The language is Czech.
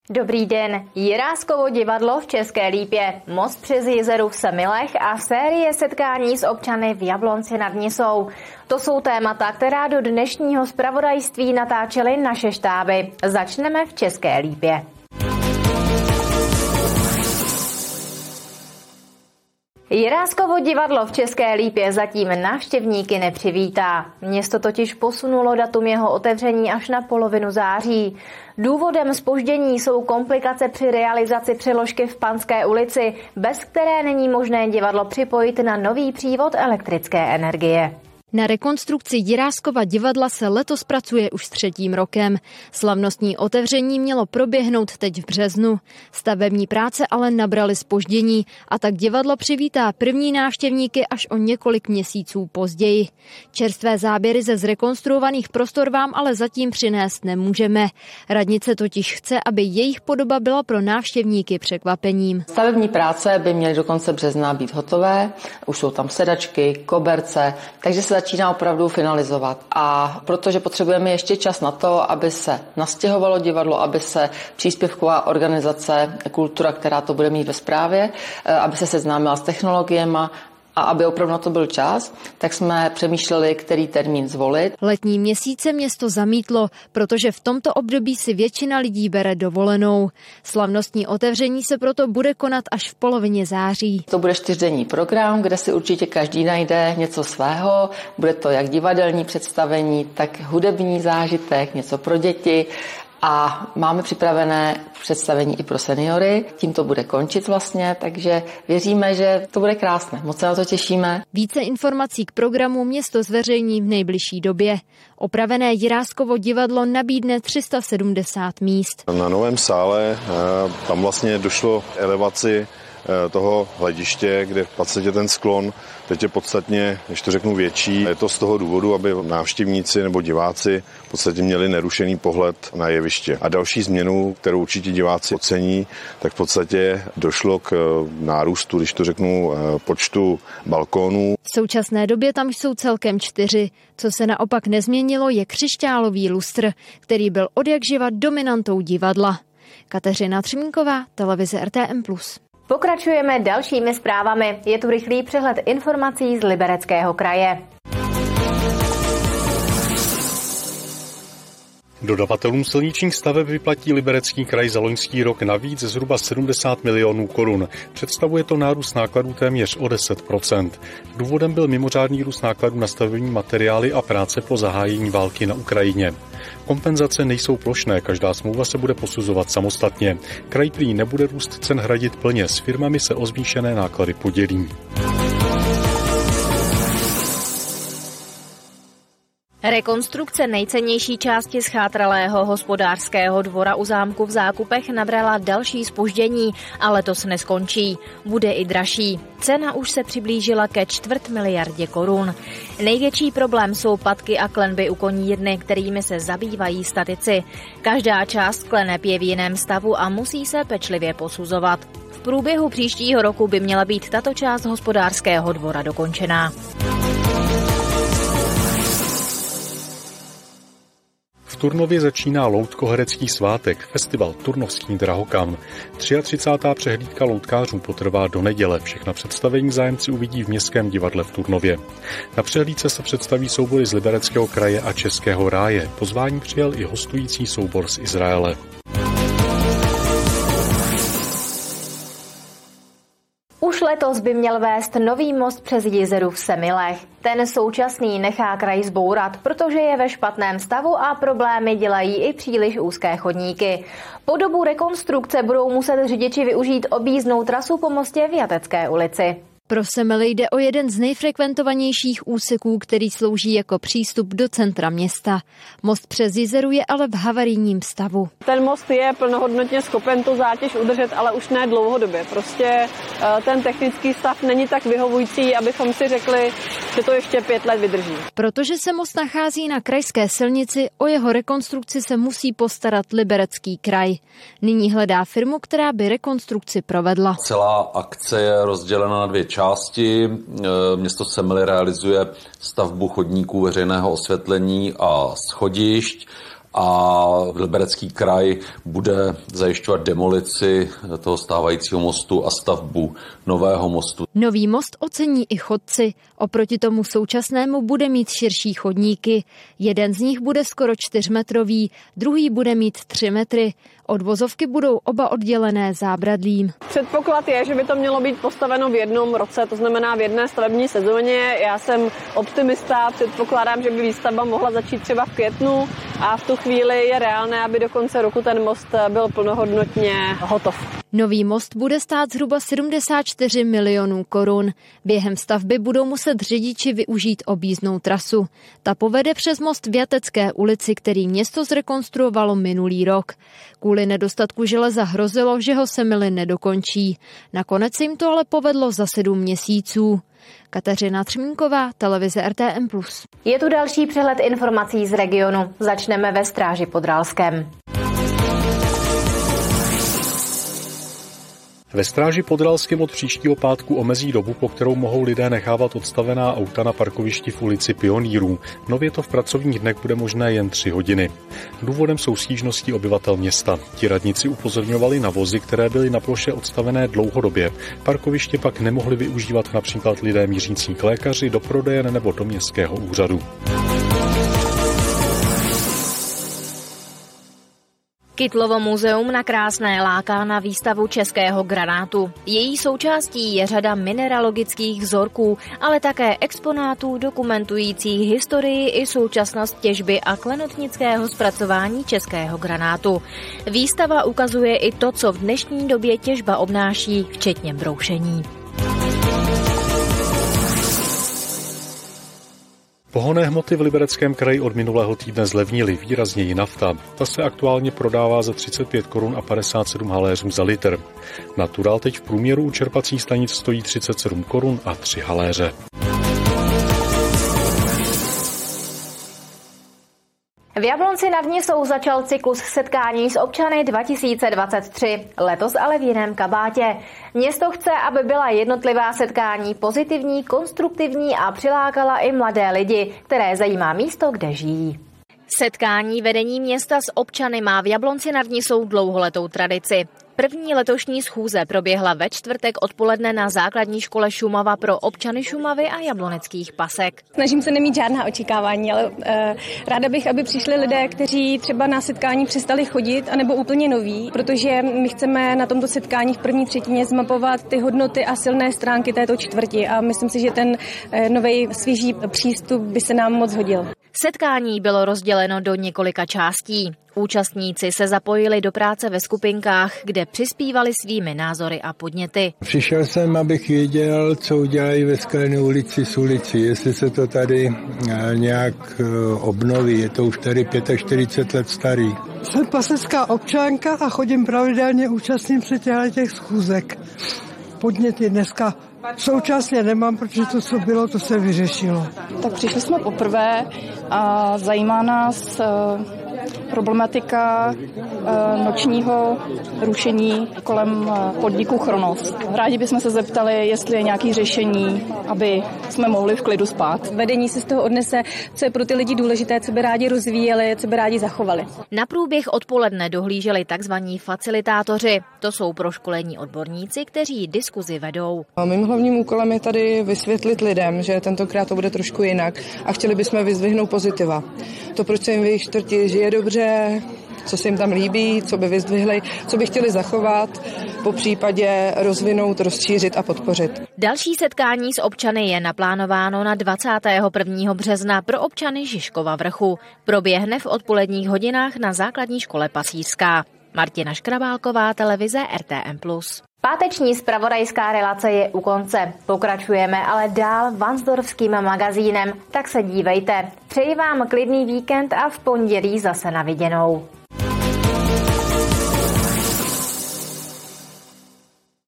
Dobrý den. Jiráskovo divadlo v České Lípě, most přes Jizeru v Semilech a série setkání s občany v Jablonci nad Nisou. To jsou témata, která do dnešního zpravodajství natáčely naše štáby. Začneme v České Lípě. Jiráskovo divadlo v České Lípě zatím návštěvníky nepřivítá. Město totiž posunulo datum jeho otevření až na polovinu září. Důvodem zpoždění jsou komplikace při realizaci přeložky v Panské ulici, bez které není možné divadlo připojit na nový přívod elektrické energie. Na rekonstrukci Jiráskova divadla se letos pracuje už 3. rokem. Slavnostní otevření mělo proběhnout teď v březnu. Stavební práce ale nabraly zpoždění a tak divadlo přivítá první návštěvníky až o několik měsíců později. Čerstvé záběry ze zrekonstruovaných prostor vám ale zatím přinést nemůžeme. Radnice totiž chce, aby jejich podoba byla pro návštěvníky překvapením. Stavební práce by měly do konce března být hotové, už jsou tam sedačky, koberce, takže se začíná opravdu finalizovat. A protože potřebujeme ještě čas na to, aby se nastěhovalo divadlo, aby se příspěvková organizace Kultura, která to bude mít ve správě, aby se seznámila s technologiemi a aby opravdu na to byl čas, tak jsme přemýšleli, který termín zvolit. Letní měsíce město zamítlo, protože v tomto období si většina lidí bere dovolenou. Slavnostní otevření se proto bude konat až v polovině září. To bude 4denní program, kde si určitě každý najde něco svého. Bude to jak divadelní představení, tak hudební zážitek, něco pro děti. A máme připravené představení i pro seniory. Tím to bude končit vlastně, takže věříme, že to bude krásné. Moc se na to těšíme. Více informací k programu město zveřejní v nejbližší době. Opravené Jiráskovo divadlo nabídne 370 míst. Na novém sále tam vlastně došlo k elevaci toho hlediště, kde v podstatě ten sklon teď je podstatně, když to řeknu, větší. Je to z toho důvodu, aby návštěvníci nebo diváci v podstatě měli nerušený pohled na jeviště. A další změnu, kterou určitě diváci ocení, tak v podstatě došlo k nárůstu, když to řeknu, počtu balkónů. V současné době tam jsou celkem 4. Co se naopak nezměnilo, je křišťálový lustr, který byl odjakživa dominantou divadla. Kateřina Třmínková, televize RTM+. Pokračujeme dalšími zprávami. Je tu rychlý přehled informací z Libereckého kraje. Dodavatelům silničních staveb vyplatí Liberecký kraj za loňský rok navíc zhruba 70 milionů korun. Představuje to nárůst nákladů téměř o 10%. Důvodem byl mimořádný růst nákladů na stavební materiály a práce po zahájení války na Ukrajině. Kompenzace nejsou plošné, každá smlouva se bude posuzovat samostatně. Kraj prý nebude růst cen hradit plně, s firmami se o zvýšené náklady podělí. Rekonstrukce nejcennější části zchátralého hospodářského dvora u zámku v Zákupech nabrala další zpoždění a letos neskončí. Bude i dražší. Cena už se přiblížila ke 250 miliardě korun. Největší problém jsou patky a klenby u konírny, kterými se zabývají statici. Každá část kleneb je v jiném stavu a musí se pečlivě posuzovat. V průběhu příštího roku by měla být tato část hospodářského dvora dokončená. V Turnově začíná loutkoherecký svátek, festival Turnovský drahokam. 33. přehlídka loutkářů potrvá do neděle. Všechna představení zájemci uvidí v Městském divadle v Turnově. Na přehlídce se představí soubory z Libereckého kraje a Českého ráje. Pozvání přijal i hostující soubor z Izraele. Už letos by měl vést nový most přes Jizeru v Semilech. Ten současný nechá kraj zbourat, protože je ve špatném stavu a problémy dělají i příliš úzké chodníky. Po dobu rekonstrukce budou muset řidiči využít objízdnou trasu po mostě v Jatecké ulici. Pro Semily jde o jeden z nejfrekventovanějších úseků, který slouží jako přístup do centra města. Most přes Jizeru je ale v havarijním stavu. Ten most je plnohodnotně schopen tu zátěž udržet, ale už ne dlouhodobě. Prostě ten technický stav není tak vyhovující, abychom si řekli, že to ještě 5 let vydrží. Protože se most nachází na krajské silnici, o jeho rekonstrukci se musí postarat Liberecký kraj. Nyní hledá firmu, která by rekonstrukci provedla. Celá akce je rozdělena na 2 části. Město Semily realizuje stavbu chodníků, veřejného osvětlení a schodišť a Liberecký kraj bude zajišťovat demolici toho stávajícího mostu a stavbu nového mostu. Nový most ocení i chodci. Oproti tomu současnému bude mít širší chodníky. Jeden z nich bude skoro 4metrový, druhý bude mít 3 metry. Od vozovky budou oba oddělené zábradlím. Předpoklad je, že by to mělo být postaveno v jednom roce, to znamená v jedné stavební sezóně. Já jsem optimista, předpokládám, že by výstavba mohla začít třeba v květnu a v tu chvíli je reálné, aby do konce roku ten most byl plnohodnotně hotov. Nový most bude stát zhruba 74 milionů korun. Během stavby budou muset řidiči využít objízdnou trasu. Ta povede přes most v Jatecké ulici, který město zrekonstruovalo minulý rok. Kvůli nedostatku železa hrozilo, že ho Semily nedokončí. Nakonec se jim to ale povedlo za 7 měsíců. Kateřina Třmínková, televize RTM+. Je tu další přehled informací z regionu. Začneme ve Stráži pod Ralskem. Ve Stráži pod Ralskem od příštího pátku omezí dobu, po kterou mohou lidé nechávat odstavená auta na parkovišti v ulici Pionýrů. Nově to v pracovních dnech bude možné jen 3 hodiny. Důvodem jsou stížnosti obyvatel města. Ti radníci upozorňovali na vozy, které byly na ploše odstavené dlouhodobě. Parkoviště pak nemohli využívat například lidé mířící k lékaři, do prodejen nebo do městského úřadu. Kytlovo muzeum na Krásné láká na výstavu českého granátu. Její součástí je řada mineralogických vzorků, ale také exponátů dokumentujících historii i současnost těžby a klenotnického zpracování českého granátu. Výstava ukazuje i to, co v dnešní době těžba obnáší, včetně broušení. Pohonné hmoty v Libereckém kraji od minulého týdne zlevnily, výrazněji nafta. Ta se aktuálně prodává za 35 korun a 57 haléřů za litr. Natural teď v průměru u čerpacích stanic stojí 37 korun a 3 haléře. V Jablonci nad Nisou začal cyklus setkání s občany 2023, letos ale v jiném kabátě. Město chce, aby byla jednotlivá setkání pozitivní, konstruktivní a přilákala i mladé lidi, které zajímá místo, kde žijí. Setkání vedení města s občany má v Jablonci nad Nisou dlouholetou tradici. První letošní schůze proběhla ve čtvrtek odpoledne na základní škole Šumava pro občany Šumavy a jabloneckých pasek. Snažím se nemít žádná očekávání, ale ráda bych, aby přišli lidé, kteří třeba na setkání přestali chodit, anebo úplně noví, protože my chceme na tomto setkání v první třetině zmapovat ty hodnoty a silné stránky této čtvrti a myslím si, že ten nový svěží přístup by se nám moc hodil. Setkání bylo rozděleno do několika částí. Účastníci se zapojili do práce ve skupinkách, kde přispívali svými názory a podněty. Přišel jsem, abych věděl, co udělají ve Sklené ulici s ulicí, jestli se to tady nějak obnoví. Je to už tady 45 let starý. Jsem pasecká občanka a chodím pravidelně, účastním se těch schůzek. Podněty dneska současně nemám, protože to, co bylo, to se vyřešilo. Tak přišli jsme poprvé a zajímá nás problematika nočního rušení kolem podniku Chronos. Rádi bychom se zeptali, jestli je nějaké řešení, aby jsme mohli v klidu spát. Vedení si z toho odnese, co je pro ty lidi důležité, co by rádi rozvíjeli, co by rádi zachovali. Na průběh odpoledne dohlíželi takzvaní facilitátoři. To jsou proškolení odborníci, kteří diskuzi vedou. Mým hlavním úkolem je tady vysvětlit lidem, že tentokrát to bude trošku jinak a chtěli bychom vyzdvihnout pozitiva. To, proč se jim v jejich čtvrti žije dobře, co se jim tam líbí, co by vyzdvihli, co by chtěli zachovat, po případě rozvinout, rozšířit a podpořit. Další setkání s občany je naplánováno na 21. března pro občany Žižkova Vrchu. Proběhne v odpoledních hodinách na základní škole Pasířská. Martina Škrabálková, televize RTM+. Páteční zpravodajská relace je u konce. Pokračujeme ale dál Varnsdorfským magazínem, tak se dívejte. Přeji vám klidný víkend a v pondělí zase na viděnou.